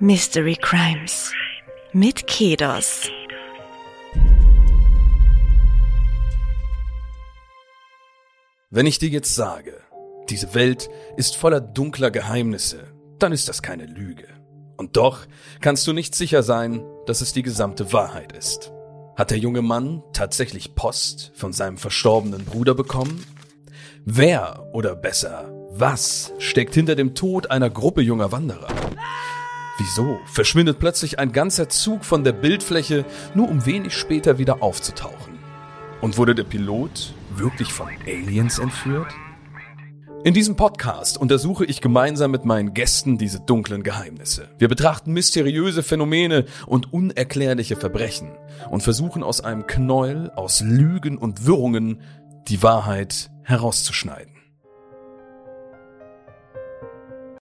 Mystery Crimes mit Kedos. Wenn ich dir jetzt sage, diese Welt ist voller dunkler Geheimnisse, dann ist das keine Lüge. Und doch kannst du nicht sicher sein, dass es die gesamte Wahrheit ist. Hat der junge Mann tatsächlich Post von seinem verstorbenen Bruder bekommen? Wer oder besser, was steckt hinter dem Tod einer Gruppe junger Wanderer? Wieso verschwindet plötzlich ein ganzer Zug von der Bildfläche, nur um wenig später wieder aufzutauchen? Und wurde der Pilot wirklich von Aliens entführt? In diesem Podcast untersuche ich gemeinsam mit meinen Gästen diese dunklen Geheimnisse. Wir betrachten mysteriöse Phänomene und unerklärliche Verbrechen und versuchen aus einem Knäuel aus Lügen und Wirrungen die Wahrheit herauszuschneiden.